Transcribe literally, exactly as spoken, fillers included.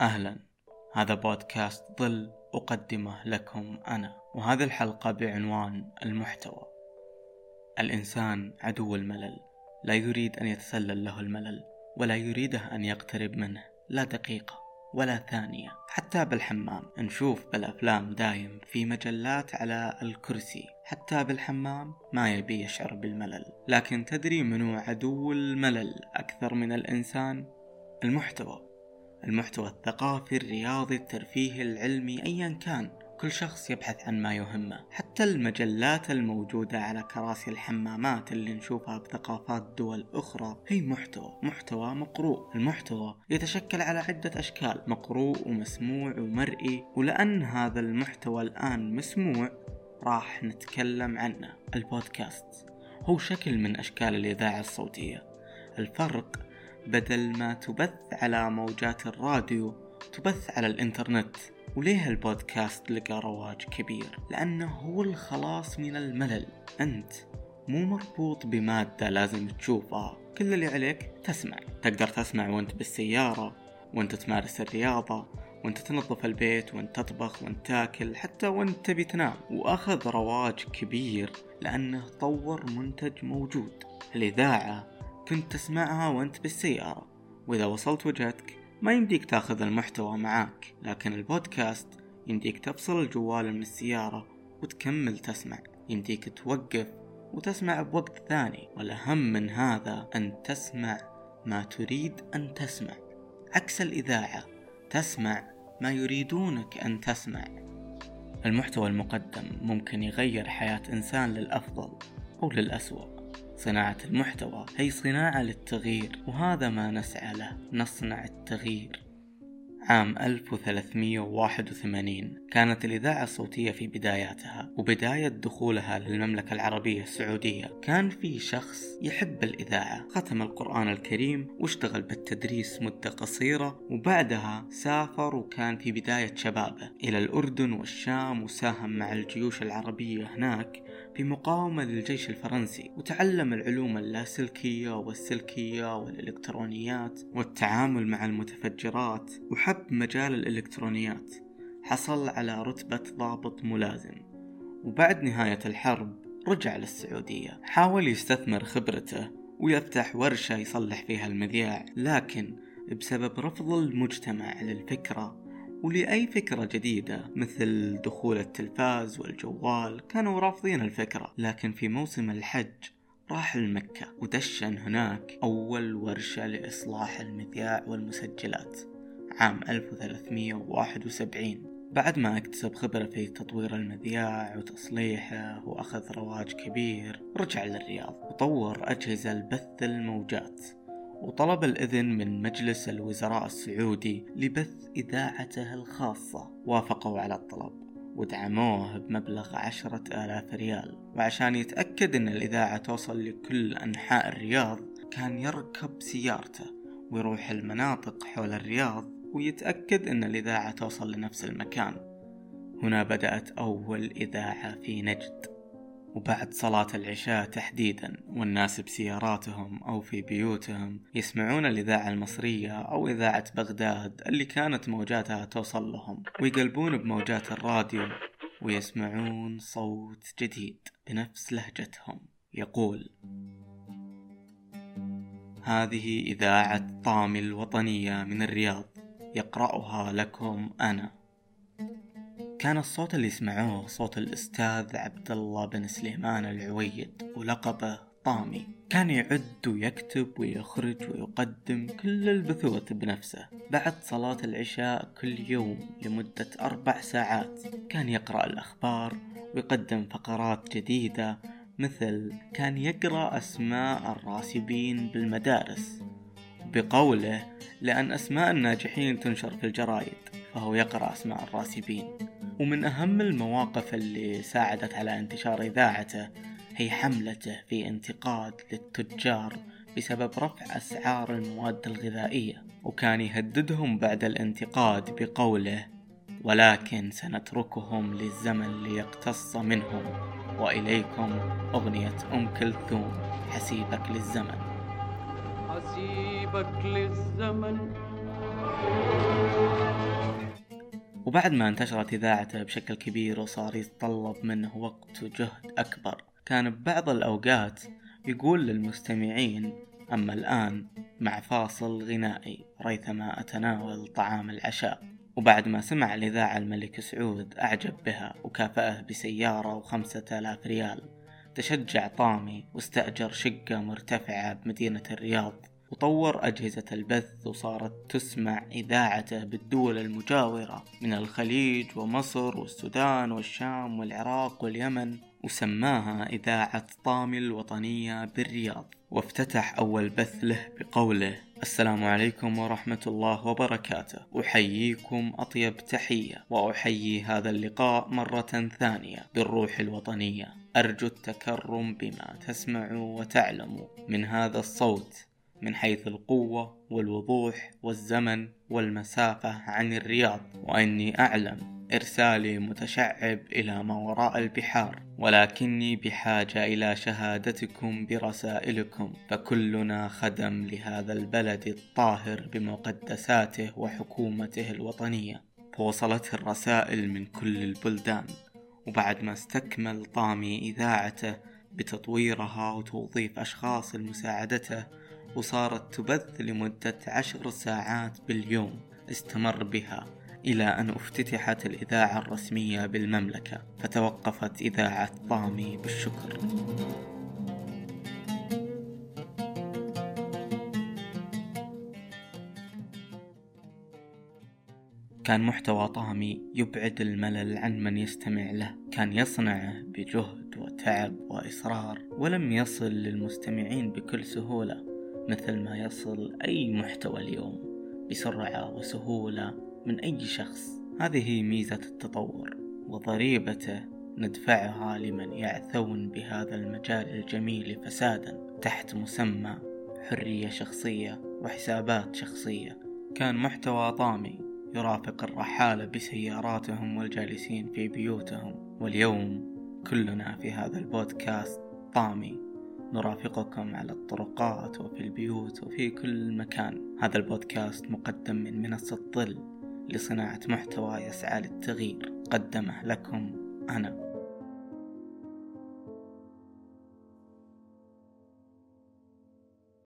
أهلا، هذا بودكاست ظل أقدمه لكم أنا، وهذه الحلقة بعنوان المحتوى. الإنسان عدو الملل، لا يريد أن يتسلل له الملل، ولا يريده أن يقترب منه لا دقيقة ولا ثانية. حتى بالحمام نشوف بالأفلام دايم في مجلات على الكرسي، حتى بالحمام ما يبي يشعر بالملل. لكن تدري منو عدو الملل أكثر من الإنسان؟ المحتوى. المحتوى الثقافي، الرياضي، الترفيهي، العلمي، أيا كان، كل شخص يبحث عن ما يهمه. حتى المجلات الموجودة على كراسي الحمامات اللي نشوفها بثقافات دول أخرى هي محتوى محتوى مقروء. المحتوى يتشكل على عدة أشكال، مقروء ومسموع ومرئي، ولأن هذا المحتوى الآن مسموع راح نتكلم عنه. البودكاست هو شكل من أشكال الإذاعة الصوتية. الفرق بدل ما تبث على موجات الراديو تبث على الإنترنت. وليه البودكاست لقى رواج كبير؟ لأنه هو الخلاص من الملل. أنت مو مربوط بمادة لازم تشوفها، كل اللي عليك تسمع. تقدر تسمع وانت بالسيارة، وانت تمارس الرياضة، وانت تنظف البيت، وانت تطبخ، وانت تاكل، حتى وانت تبي تنام. وأخذ رواج كبير لأنه طور منتج موجود. الإذاعة كنت تسمعها وانت بالسيارة، وإذا وصلت وجهتك ما يمديك تاخذ المحتوى معاك. لكن البودكاست يمديك تفصل الجوال من السيارة وتكمل تسمع، يمديك توقف وتسمع بوقت ثاني. والأهم من هذا أن تسمع ما تريد أن تسمع، عكس الإذاعة تسمع ما يريدونك أن تسمع. المحتوى المقدم ممكن يغير حياة إنسان للأفضل أو للأسوأ. صناعة المحتوى هي صناعة للتغيير، وهذا ما نسعى له، نصنع التغيير. عام ألف وثلاثمئة وواحد وثمانين كانت الإذاعة الصوتية في بداياتها، وبداية دخولها للمملكة العربية السعودية كان في شخص يحب الإذاعة، ختم القرآن الكريم واشتغل بالتدريس مدة قصيرة، وبعدها سافر وكان في بداية شبابه إلى الأردن والشام، وساهم مع الجيوش العربية هناك في مقاومة للجيش الفرنسي، وتعلم العلوم اللاسلكية والسلكية والإلكترونيات والتعامل مع المتفجرات، وحب مجال الإلكترونيات. حصل على رتبة ضابط ملازم، وبعد نهاية الحرب رجع للسعودية. حاول يستثمر خبرته ويفتح ورشة يصلح فيها المذياع، لكن بسبب رفض المجتمع للفكرة ولأي فكرة جديدة مثل دخول التلفاز والجوال كانوا رافضين الفكرة. لكن في موسم الحج راح لمكة ودشن هناك أول ورشة لإصلاح المذياع والمسجلات عام ألف وثلاثمئة وواحد وسبعين. بعد ما اكتسب خبرة في تطوير المذياع وتصليحه وأخذ رواج كبير، رجع للرياض وطور أجهزة لبث الموجات، وطلب الإذن من مجلس الوزراء السعودي لبث إذاعته الخاصة. وافقوا على الطلب ودعموه بمبلغ عشرة آلاف ريال. وعشان يتأكد أن الإذاعة توصل لكل أنحاء الرياض كان يركب سيارته ويروح المناطق حول الرياض ويتأكد أن الإذاعة توصل لنفس المكان. هنا بدأت أول إذاعة في نجد. وبعد صلاة العشاء تحديدا والناس بسياراتهم أو في بيوتهم يسمعون الإذاعة المصرية أو إذاعة بغداد اللي كانت موجاتها توصل لهم، ويقلبون بموجات الراديو ويسمعون صوت جديد بنفس لهجتهم يقول: هذه إذاعة طامي الوطنية من الرياض، يقرأها لكم أنا. كان الصوت اللي يسمعوه صوت الأستاذ عبد الله بن سليمان العويد، ولقبه طامي. كان يعد ويكتب ويخرج ويقدم كل البثوث بنفسه. بعد صلاة العشاء كل يوم لمدة أربع ساعات كان يقرأ الأخبار ويقدم فقرات جديدة، مثل كان يقرأ أسماء الراسبين بالمدارس بقوله: لأن أسماء الناجحين تنشر في الجرائد، فهو يقرأ أسماء الراسبين. ومن أهم المواقف اللي ساعدت على انتشار إذاعته هي حملته في انتقاد للتجار بسبب رفع أسعار المواد الغذائية، وكان يهددهم بعد الانتقاد بقوله: ولكن سنتركهم للزمن ليقتص منهم، وإليكم أغنية أم كلثوم حسيبك للزمن. حسيبك للزمن وبعد ما انتشرت إذاعته بشكل كبير وصار يتطلب منه وقت وجهد أكبر، كان ببعض الأوقات يقول للمستمعين: أما الآن مع فاصل غنائي ريثما أتناول طعام العشاء. وبعد ما سمع الإذاعة الملك سعود أعجب بها وكافأه بسيارة وخمسة آلاف ريال. تشجع طامي واستأجر شقة مرتفعة بمدينة الرياض، وطور أجهزة البث، وصارت تسمع إذاعته بالدول المجاورة من الخليج ومصر والسودان والشام والعراق واليمن، وسماها إذاعة طامي الوطنية بالرياض. وافتتح أول بث له بقوله: السلام عليكم ورحمة الله وبركاته، أحييكم أطيب تحية، وأحيي هذا اللقاء مرة ثانية بالروح الوطنية. أرجو التكرم بما تسمعوا وتعلموا من هذا الصوت من حيث القوة والوضوح والزمن والمسافة عن الرياض، وأني أعلم إرسالي متشعب إلى ما وراء البحار، ولكني بحاجة إلى شهادتكم برسائلكم، فكلنا خدم لهذا البلد الطاهر بمقدساته وحكومته الوطنية. فوصلته الرسائل من كل البلدان. وبعد ما استكمل طامي إذاعته بتطويرها وتوظيف أشخاص لمساعدته، وصارت تبث لمدة عشر ساعات باليوم، استمر بها إلى أن افتتحت الإذاعة الرسمية بالمملكة، فتوقفت إذاعة طامي بالشكر. كان محتوى طامي يبعد الملل عن من يستمع له، كان يصنعه بجهد وتعب وإصرار، ولم يصل للمستمعين بكل سهولة مثل ما يصل أي محتوى اليوم بسرعة وسهولة من أي شخص. هذه ميزة التطور، وضريبته ندفعها لمن يعثون بهذا المجال الجميل فسادا تحت مسمى حرية شخصية وحسابات شخصية. كان محتوى طامي يرافق الرحالة بسياراتهم والجالسين في بيوتهم، واليوم كلنا في هذا البودكاست طامي نرافقكم على الطرقات وفي البيوت وفي كل مكان. هذا البودكاست مقدم من منصة ظل لصناعة محتوى يسعى للتغيير، قدمه لكم أنا